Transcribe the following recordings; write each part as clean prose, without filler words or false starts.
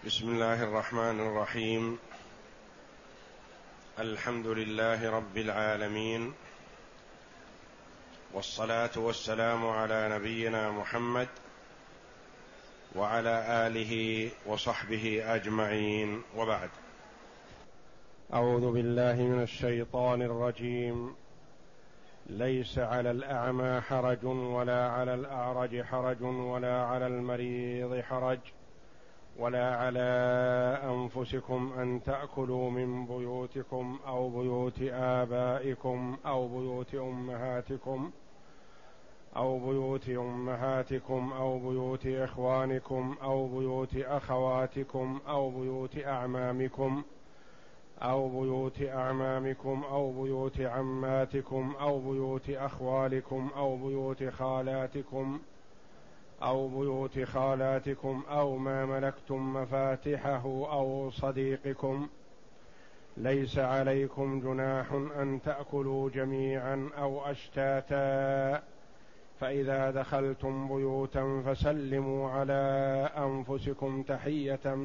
بسم الله الرحمن الرحيم. الحمد لله رب العالمين، والصلاة والسلام على نبينا محمد وعلى آله وصحبه أجمعين، وبعد. أعوذ بالله من الشيطان الرجيم. ليس على الأعمى حرج ولا على الأعرج حرج ولا على المريض حرج ولا على أنفسكم أن تأكلوا من بيوتكم أو بيوت آبائكم أو بيوت أمهاتكم أو بيوت إخوانكم أو بيوت أخواتكم أو بيوت أعمامكم أو بيوت عماتكم أو بيوت أخوالكم أو بيوت خالاتكم أو ما ملكتم مفاتحه أو صديقكم. ليس عليكم جناح أن تأكلوا جميعا أو أشتاتا، فإذا دخلتم بيوتا فسلموا على أنفسكم تحية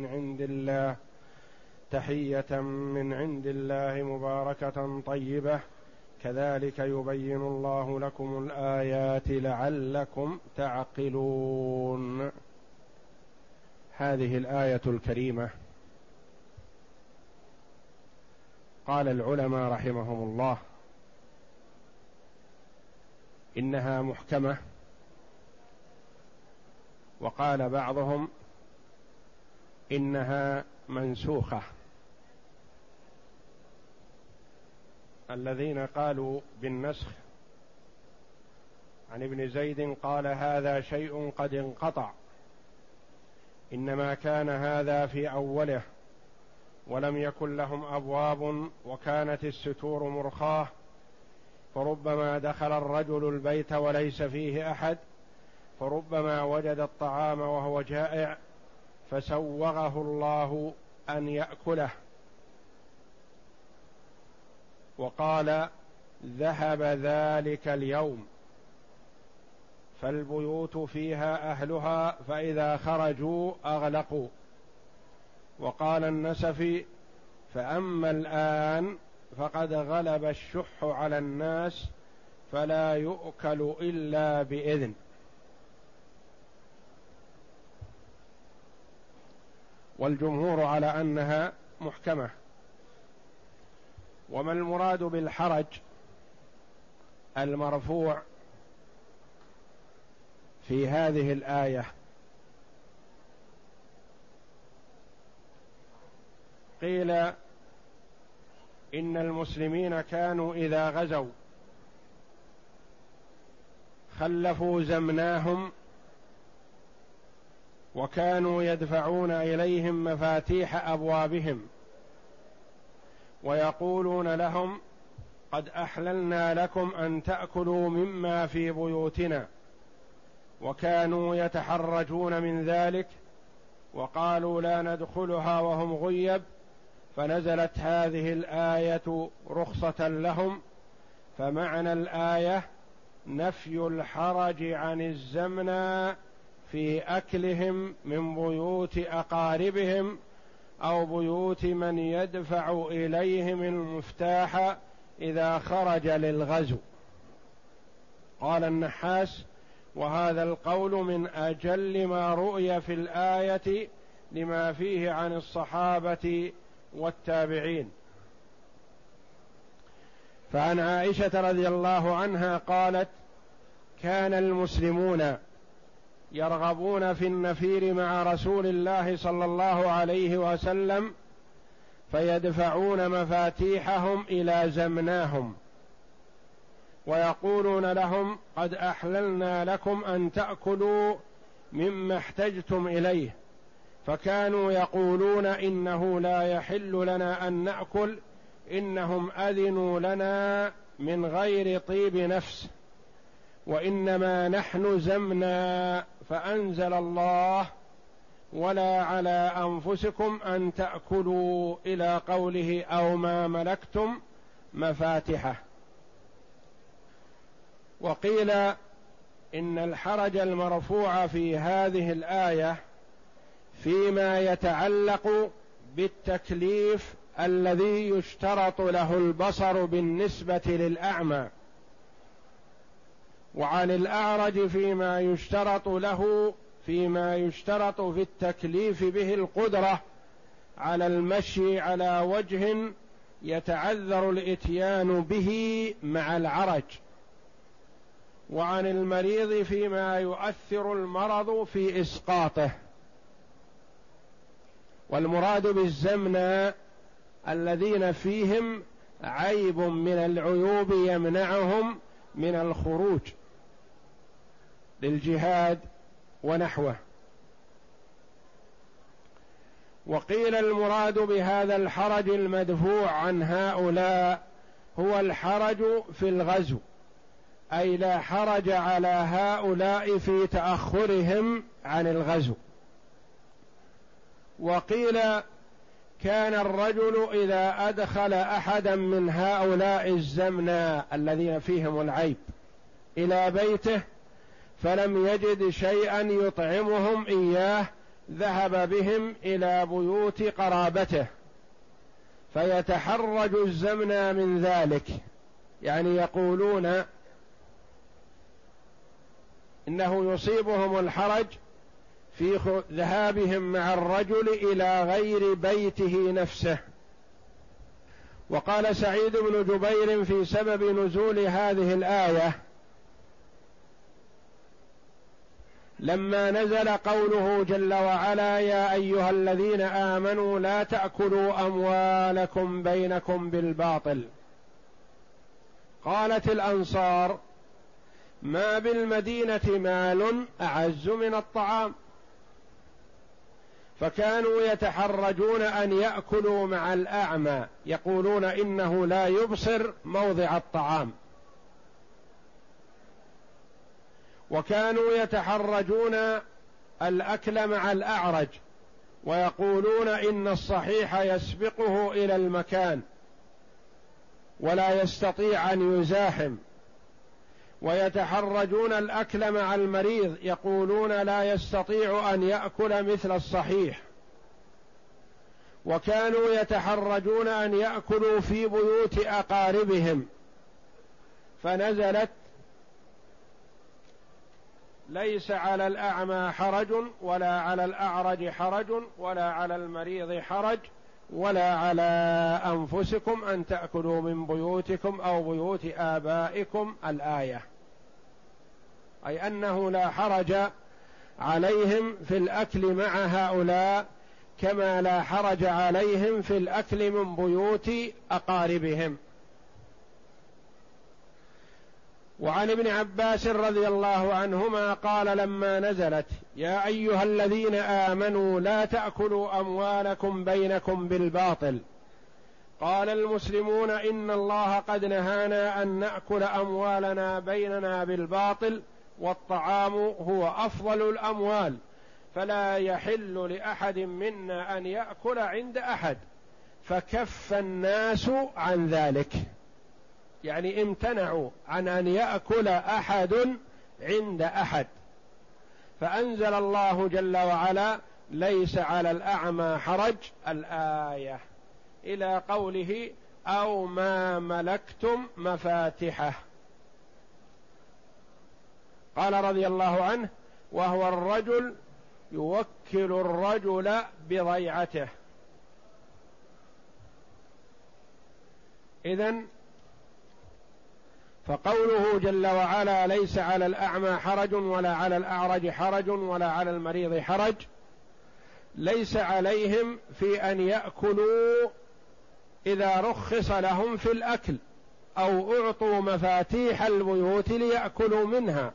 من عند الله مباركة طيبة، كذلك يبين الله لكم الآيات لعلكم تعقلون. هذه الآية الكريمة قال العلماء رحمهم الله إنها محكمة، وقال بعضهم إنها منسوخة. الذين قالوا بالنسخ عن ابن زيد قال هذا شيء قد انقطع، إنما كان هذا في أوله ولم يكن لهم أبواب وكانت الستور مرخاة، فربما دخل الرجل البيت وليس فيه أحد، فربما وجد الطعام وهو جائع فسوغه الله أن يأكله، وقال ذهب ذلك اليوم، فالبيوت فيها أهلها فإذا خرجوا أغلقوا. وقال النسفي فأما الآن فقد غلب الشح على الناس فلا يؤكل إلا بإذن. والجمهور على أنها محكمة. وما المراد بالحرج المرفوع في هذه الآية؟ قيل إن المسلمين كانوا إذا غزوا خلفوا زمناهم، وكانوا يدفعون إليهم مفاتيح أبوابهم ويقولون لهم قد أحللنا لكم أن تأكلوا مما في بيوتنا، وكانوا يتحرجون من ذلك وقالوا لا ندخلها وهم غيب، فنزلت هذه الآية رخصة لهم. فمعنى الآية نفي الحرج عن الزمن في أكلهم من بيوت أقاربهم أو بيوت من يدفع إليهم المفتاح إذا خرج للغزو. قال النحاس وهذا القول من أجل ما رؤي في الآية لما فيه عن الصحابة والتابعين. فعن عائشة رضي الله عنها قالت كان المسلمون يرغبون في النفير مع رسول الله صلى الله عليه وسلم، فيدفعون مفاتيحهم إلى زمناهم ويقولون لهم قد أحللنا لكم أن تأكلوا مما احتجتم إليه، فكانوا يقولون إنه لا يحل لنا أن نأكل، إنهم أذنوا لنا من غير طيب نفس، وإنما نحن زمنا، فأنزل الله ولا على أنفسكم أن تأكلوا إلى قوله أو ما ملكتم مفاتحه. وقيل إن الحرج المرفوع في هذه الآية فيما يتعلق بالتكليف الذي يشترط له البصر بالنسبة للأعمى، وعن الأعرج فيما يشترط في التكليف به القدرة على المشي على وجه يتعذر الإتيان به مع العرج، وعن المريض فيما يؤثر المرض في إسقاطه. والمراد بالزمنة الذين فيهم عيب من العيوب يمنعهم من الخروج للجهاد ونحوه. وقيل المراد بهذا الحرج المدفوع عن هؤلاء هو الحرج في الغزو، أي لا حرج على هؤلاء في تأخرهم عن الغزو. وقيل كان الرجل إذا أدخل أحدا من هؤلاء الزمنا الذين فيهم العيب إلى بيته فلم يجد شيئا يطعمهم إياه ذهب بهم إلى بيوت قرابته فيتحرج الزمنا من ذلك، يعني يقولون إنه يصيبهم الحرج في ذهابهم مع الرجل إلى غير بيته نفسه. وقال سعيد بن جبير في سبب نزول هذه الآية: لما نزل قوله جل وعلا: يا أيها الذين آمنوا لا تأكلوا أموالكم بينكم بالباطل، قالت الأنصار: ما بالمدينة مال أعز من الطعام، فكانوا يتحرجون أن يأكلوا مع الأعمى، يقولون إنه لا يبصر موضع الطعام. وكانوا يتحرجون الأكل مع الأعرج، ويقولون إن الصحيح يسبقه إلى المكان ولا يستطيع أن يزاحم. ويتحرجون الأكل مع المريض، يقولون لا يستطيع أن يأكل مثل الصحيح. وكانوا يتحرجون أن يأكلوا في بيوت أقاربهم، فنزلت: ليس على الأعمى حرج ولا على الأعرج حرج ولا على المريض حرج ولا على أنفسكم أن تأكلوا من بيوتكم أو بيوت آبائكم. الآية، أي أنه لا حرج عليهم في الأكل مع هؤلاء كما لا حرج عليهم في الأكل من بيوت أقاربهم. وعن ابن عباس رضي الله عنهما قال: لما نزلت: يا أيها الذين آمنوا لا تأكلوا أموالكم بينكم بالباطل، قال المسلمون: إن الله قد نهانا أن نأكل أموالنا بيننا بالباطل، والطعام هو أفضل الأموال، فلا يحل لأحد منا أن يأكل عند أحد. فكف الناس عن ذلك، يعني امتنعوا عن أن يأكل أحد عند أحد. فأنزل الله جل وعلا: ليس على الأعمى حرج، الآية، إلى قوله: أو ما ملكتم مفاتحه. قال رضي الله عنه: وهو الرجل يوكل الرجل بضيعته. إذن فقوله جل وعلا: ليس على الأعمى حرج ولا على الأعرج حرج ولا على المريض حرج، ليس عليهم في أن يأكلوا إذا رخص لهم في الأكل أو أعطوا مفاتيح البيوت ليأكلوا منها.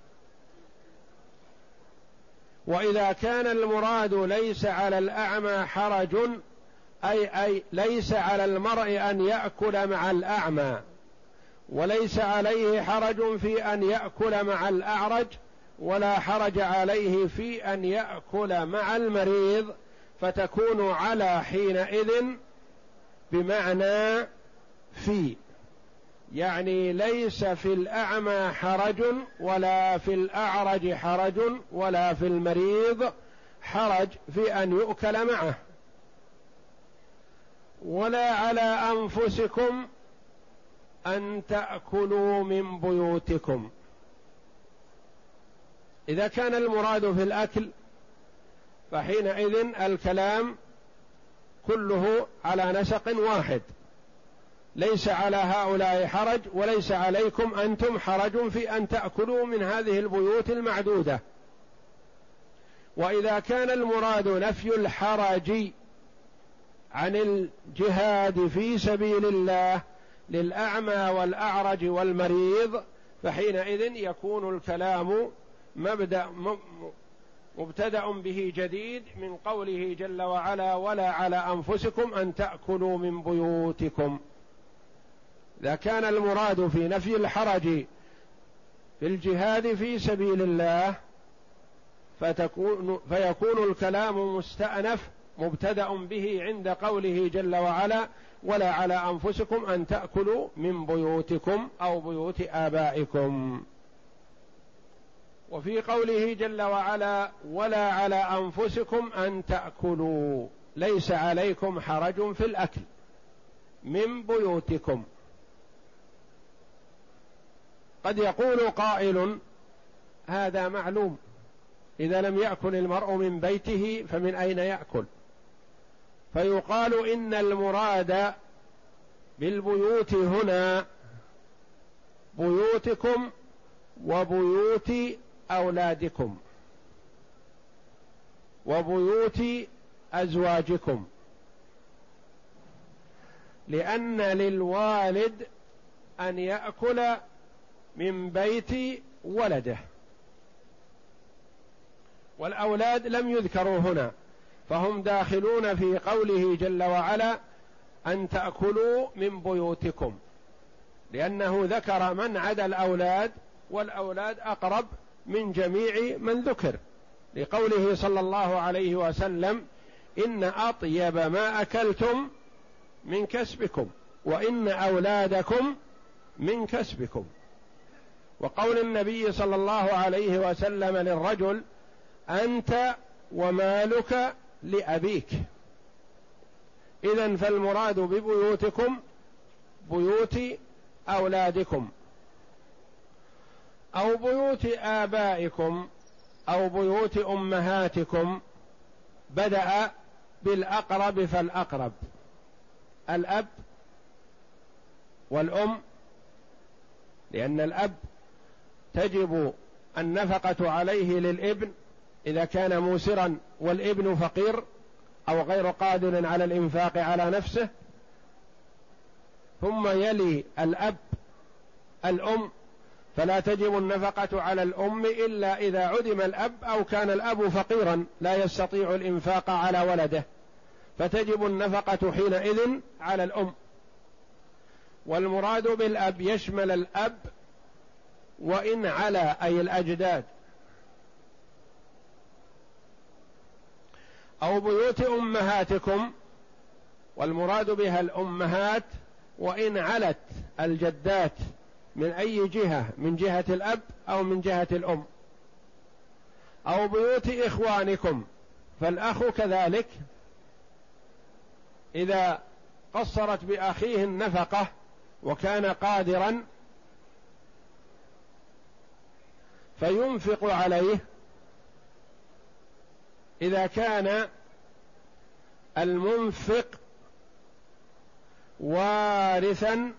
وإذا كان المراد ليس على الأعمى حرج، أي ليس على المرء أن يأكل مع الأعمى، وليس عليه حرج في أن يأكل مع الأعرج، ولا حرج عليه في أن يأكل مع المريض، فتكون على حينئذ بمعنى في، يعني ليس في الأعمى حرج ولا في الأعرج حرج ولا في المريض حرج في أن يؤكل معه، ولا على أنفسكم أن تأكلوا من بيوتكم. إذا كان المراد في الأكل فحينئذ الكلام كله على نسق واحد، ليس على هؤلاء حرج وليس عليكم أنتم حرج في أن تأكلوا من هذه البيوت المعدودة. وإذا كان المراد نفي الحرج عن الجهاد في سبيل الله للأعمى والأعرج والمريض، فحينئذ يكون الكلام مبتدأ به جديد من قوله جل وعلا: ولا على أنفسكم أن تأكلوا من بيوتكم. إذا كان المراد في نفي الحرج في الجهاد في سبيل الله فيكون الكلام مستأنف مبتدأ به عند قوله جل وعلا: ولا على أنفسكم أن تأكلوا من بيوتكم أو بيوت آبائكم. وفي قوله جل وعلا: ولا على أنفسكم أن تأكلوا، ليس عليكم حرج في الأكل من بيوتكم. قد يقول قائل: هذا معلوم، إذا لم يأكل المرء من بيته فمن أين يأكل؟ فيقال إن المراد بالبيوت هنا بيوتكم وبيوت أولادكم وبيوت أزواجكم، لأن للوالد أن يأكل من بيت ولده، والأولاد لم يذكروا هنا، فهم داخلون في قوله جل وعلا: أن تأكلوا من بيوتكم، لأنه ذكر من عدا الأولاد، والأولاد أقرب من جميع من ذكر، لقوله صلى الله عليه وسلم: إن أطيب ما أكلتم من كسبكم وإن أولادكم من كسبكم. وقول النبي صلى الله عليه وسلم للرجل: أنت ومالك لأبيك. إذن فالمراد ببيوتكم بيوت أولادكم أو بيوت آبائكم أو بيوت أمهاتكم. بدأ بالأقرب فالأقرب، الأب والأم، لأن الأب تجب النفقة عليه للابن إذا كان موسرا والابن فقير أو غير قادر على الإنفاق على نفسه، ثم يلي الأب الأم، فلا تجب النفقة على الأم إلا إذا عدم الأب أو كان الأب فقيرا لا يستطيع الإنفاق على ولده، فتجب النفقة حينئذ على الأم. والمراد بالأب يشمل الأب وإن على، أي الأجداد. أو بيوت أمهاتكم، والمراد بها الأمهات وإن علت الجدات من أي جهة، من جهة الأب أو من جهة الأم. أو بيوت إخوانكم، فالأخ كذلك إذا قصرت بأخيه النفقة وكان قادرا فينفق عليه. إذا كان المنفق وارثا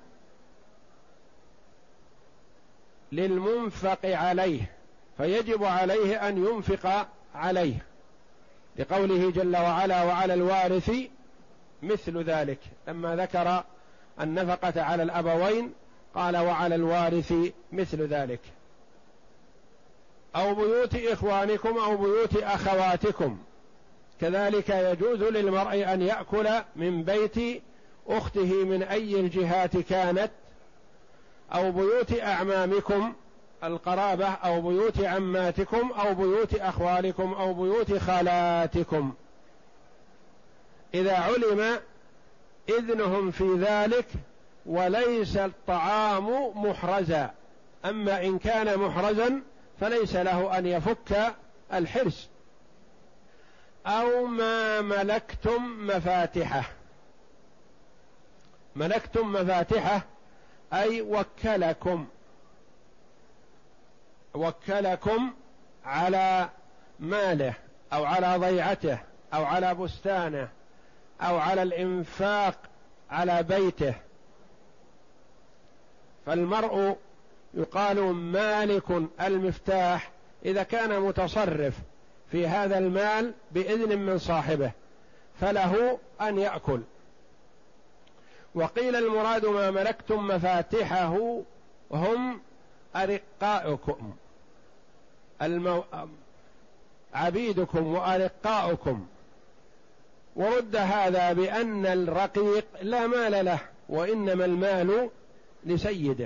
للمنفق عليه فيجب عليه أن ينفق عليه، لقوله جل وعلا: وعلى الوارث مثل ذلك. لما ذكر النفقة على الأبوين قال: وعلى الوارث مثل ذلك. أو بيوت إخوانكم أو بيوت أخواتكم، كذلك يجوز للمرء أن يأكل من بيت أخته من أي الجهات كانت، أو بيوت أعمامكم القرابة، أو بيوت عماتكم، أو بيوت أخوالكم، أو بيوت خالاتكم، إذا علم إذنهم في ذلك وليس الطعام محرزا. أما إن كان محرزا فليس له أن يفك الحرز. أو ما ملكتم مفاتحه. ملكتم مفاتحه أي وكلكم على ماله أو على ضيعته أو على بستانه أو على الإنفاق على بيته. فالمرء يقال مالك المفتاح إذا كان متصرف في هذا المال بإذن من صاحبه فله أن يأكل. وقيل المراد ما ملكتم مفاتحه هم أرقاؤكم عبيدكم وأرقاؤكم. ورد هذا بأن الرقيق لا مال له وإنما المال لسيده.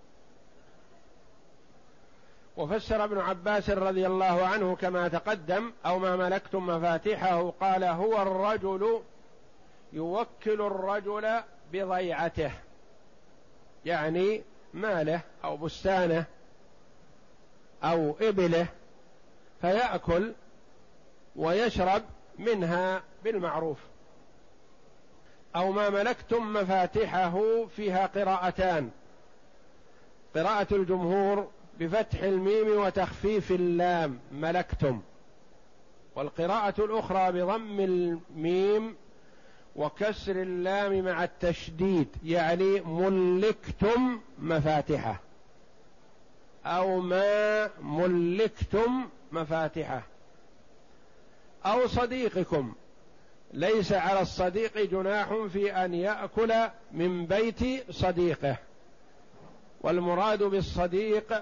وفسر ابن عباس رضي الله عنه كما تقدم أو ما ملكتم مفاتحه قال هو الرجل يوكل الرجل بضيعته، يعني ماله أو بستانه أو إبله، فيأكل ويشرب منها بالمعروف. أو ما ملكتم مفاتحه فيها قراءتان، قراءة الجمهور بفتح الميم وتخفيف اللام ملكتم، والقراءة الأخرى بضم الميم وكسر اللام مع التشديد، يعني ملكتم مفاتحه أو ما ملكتم مفاتحه. أو صديقكم، ليس على الصديق جناح في أن يأكل من بيت صديقه، والمراد بالصديق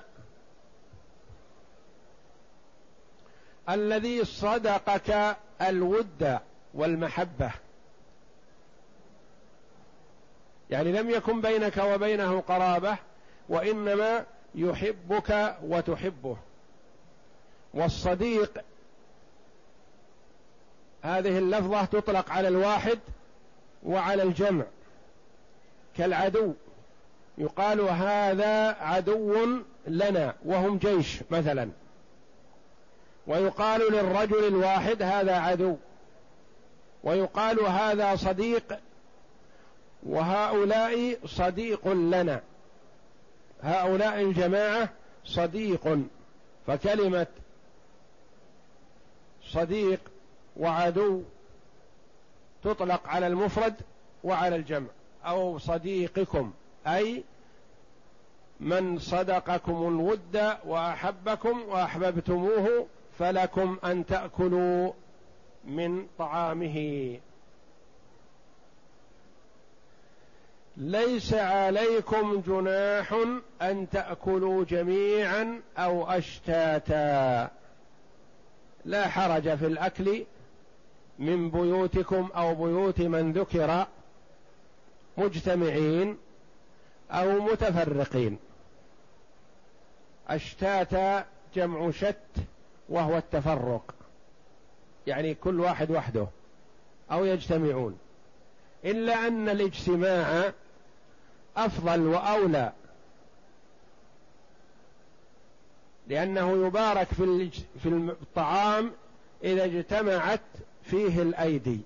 الذي صدقك الود والمحبة، يعني لم يكن بينك وبينه قرابة وإنما يحبك وتحبه. والصديق هذه اللفظة تطلق على الواحد وعلى الجمع، كالعدو يقال هذا عدو لنا وهم جيش مثلا، ويقال للرجل الواحد هذا عدو، ويقال هذا صديق وهؤلاء صديق لنا، هؤلاء الجماعة صديق. فكلمة صديق وعدو تطلق على المفرد وعلى الجمع. أو صديقكم أي من صدقكم الود وأحبكم وأحببتموه فلكم أن تأكلوا من طعامه. ليس عليكم جناح أن تأكلوا جميعا أو أشتاتا، لا حرج في الأكل من بيوتكم أو بيوت من ذكر مجتمعين أو متفرقين. أشتاتا جمع شت وهو التفرق، يعني كل واحد وحده أو يجتمعون، إلا أن الاجتماع أفضل وأولى، لأنه يبارك في الطعام إذا اجتمعت فيه الأيدي.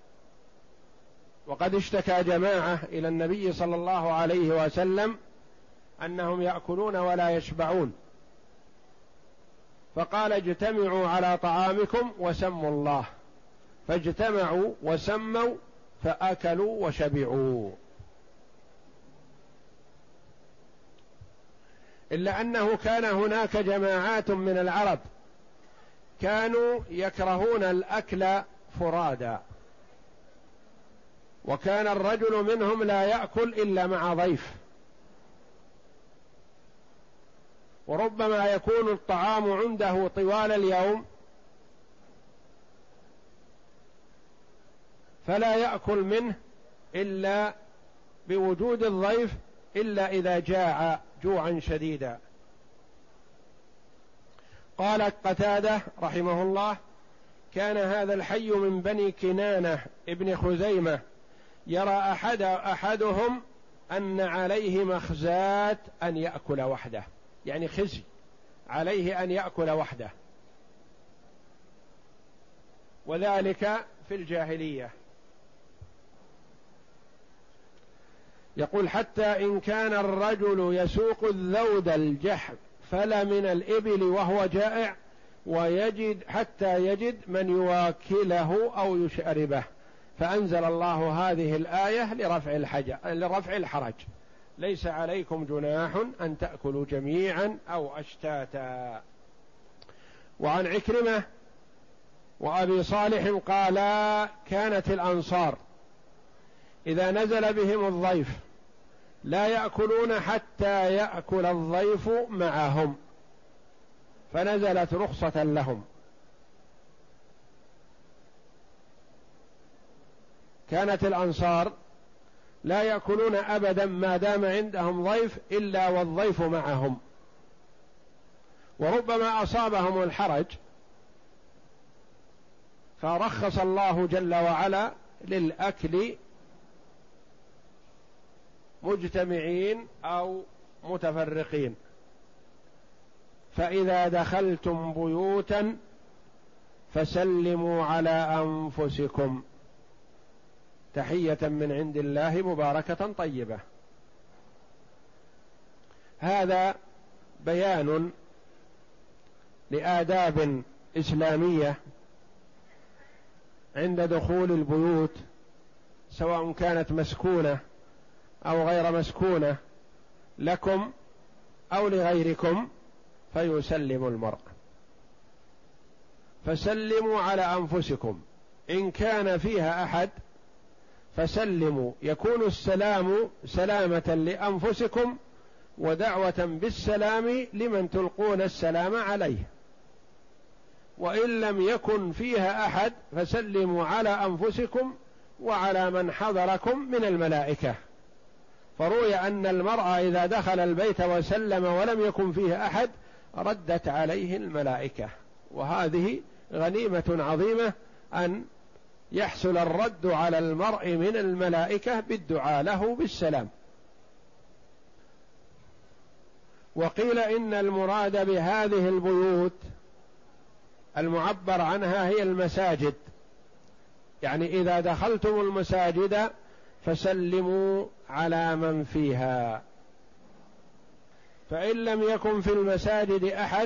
وقد اشتكى جماعة إلى النبي صلى الله عليه وسلم أنهم يأكلون ولا يشبعون، فقال اجتمعوا على طعامكم وسموا الله، فاجتمعوا وسموا فأكلوا وشبعوا. إلا أنه كان هناك جماعات من العرب كانوا يكرهون الأكل فرادا، وكان الرجل منهم لا يأكل إلا مع ضيف، وربما يكون الطعام عنده طوال اليوم فلا يأكل منه إلا بوجود الضيف، إلا إذا جاع جوعا شديدا. قال قتادة رحمه الله: كان هذا الحي من بني كنانة ابن خزيمة يرى أحدهم أن عليه مخزاة أن يأكل وحده، يعني خزي عليه أن يأكل وحده. وذلك في الجاهلية. يقول حتى إن كان الرجل يسوق الذود الجحفل من الإبل وهو جائع ويجد حتى يجد من يواكله أو يشربه، فأنزل الله هذه الآية لرفع الحرج، ليس عليكم جناح أن تأكلوا جميعا أو أشتاتا. وعن عكرمة وأبي صالح قالا كانت الأنصار إذا نزل بهم الضيف لا يأكلون حتى يأكل الضيف معهم، فنزلت رخصة لهم. كانت الأنصار لا يأكلون أبدا ما دام عندهم ضيف إلا والضيف معهم، وربما أصابهم الحرج فرخص الله جل وعلا للأكل مجتمعين أو متفرقين. فإذا دخلتم بيوتا فسلموا على أنفسكم تحية من عند الله مباركة طيبة. هذا بيان لآداب إسلامية عند دخول البيوت، سواء كانت مسكونة أو غير مسكونة، لكم أو لغيركم، فيسلم المرء. فسلموا على أنفسكم، إن كان فيها أحد فسلموا، يكون السلام سلامة لأنفسكم ودعوة بالسلام لمن تلقون السلام عليه. وإن لم يكن فيها أحد فسلموا على أنفسكم وعلى من حضركم من الملائكة. فروي أن المرء إذا دخل البيت وسلم ولم يكن فيه أحد ردت عليه الملائكة، وهذه غنيمة عظيمة أن يحصل الرد على المرء من الملائكة بالدعاء له بالسلام. وقيل إن المراد بهذه البيوت المعبر عنها هي المساجد، يعني إذا دخلتم المساجد فسلموا على من فيها. فإن لم يكن في المساجد أحد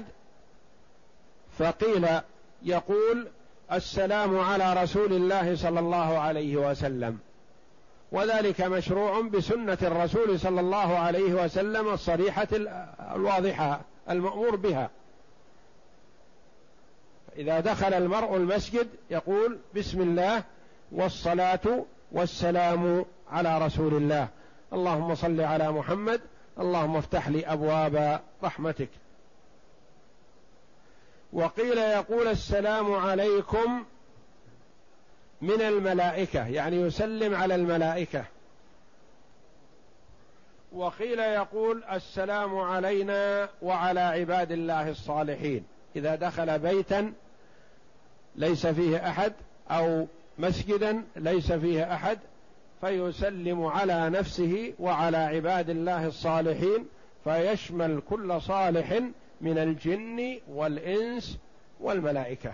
فقيل يقول السلام على رسول الله صلى الله عليه وسلم، وذلك مشروع بسنة الرسول صلى الله عليه وسلم الصريحة الواضحة المأمور بها. إذا دخل المرء المسجد يقول بسم الله والصلاة والسلام على رسول الله، اللهم صل على محمد، اللهم افتح لي أبواب رحمتك. وقيل يقول السلام عليكم من الملائكة، يعني يسلم على الملائكة. وقيل يقول السلام علينا وعلى عباد الله الصالحين، إذا دخل بيتا ليس فيه أحد أو مسجدا ليس فيه أحد فيسلم على نفسه وعلى عباد الله الصالحين، فيشمل كل صالح من الجن والإنس والملائكة.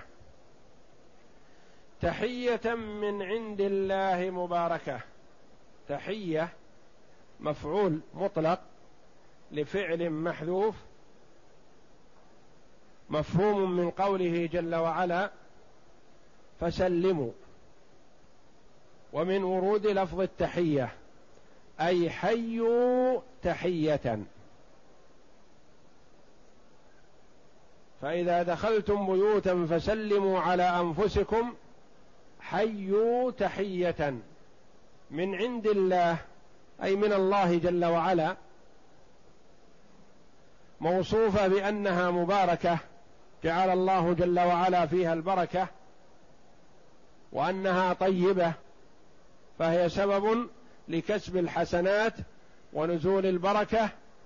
تحية من عند الله مباركة، تحية مفعول مطلق لفعل محذوف، مفهوم من قوله جل وعلا فسلموا، ومن ورود لفظ التحية أي حيوا تحية. فإذا دخلتم بيوتا فسلموا على أنفسكم حيوا تحية من عند الله، أي من الله جل وعلا، موصوفة بأنها مباركة، جعل الله جل وعلا فيها البركة، وأنها طيبة، فهي سبب لكسب الحسنات ونزول البركة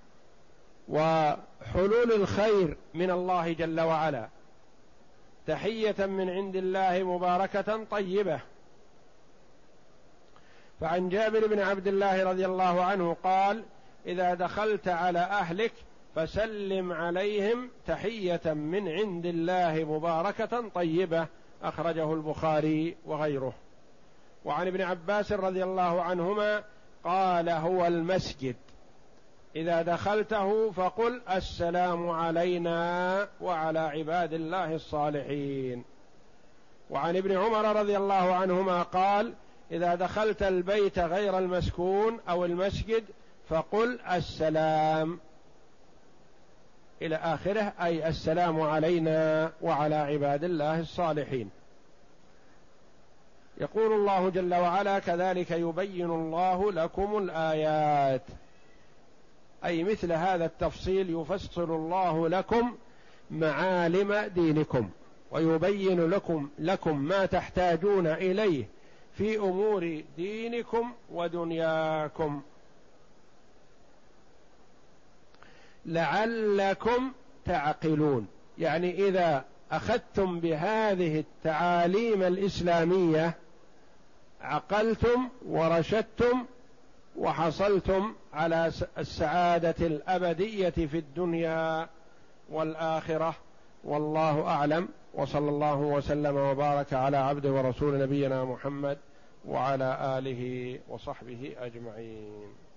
وحلول الخير من الله جل وعلا. تحية من عند الله مباركة طيبة. فعن جابر بن عبد الله رضي الله عنه قال إذا دخلت على أهلك فسلم عليهم تحية من عند الله مباركة طيبة أخرجه البخاري وغيره. وعن ابن عباس رضي الله عنهما قال: هو المسجد، إذا دخلته فقل السلام علينا وعلى عباد الله الصالحين. وعن ابن عمر رضي الله عنهما قال: إذا دخلت البيت غير المسكون أو المسجد فقل السلام إلى آخره، أي السلام علينا وعلى عباد الله الصالحين. يقول الله جل وعلا: كذلك يبين الله لكم الآيات، أي مثل هذا التفصيل يفصل الله لكم معالم دينكم ويبين لكم ما تحتاجون إليه في أمور دينكم ودنياكم لعلكم تعقلون. يعني إذا أخذتم بهذه التعاليم الإسلامية عقلتم ورشدتم وحصلتم على السعادة الأبدية في الدنيا والآخرة. والله أعلم، وصلى الله وسلم وبارك على عبده ورسول نبينا محمد وعلى آله وصحبه أجمعين.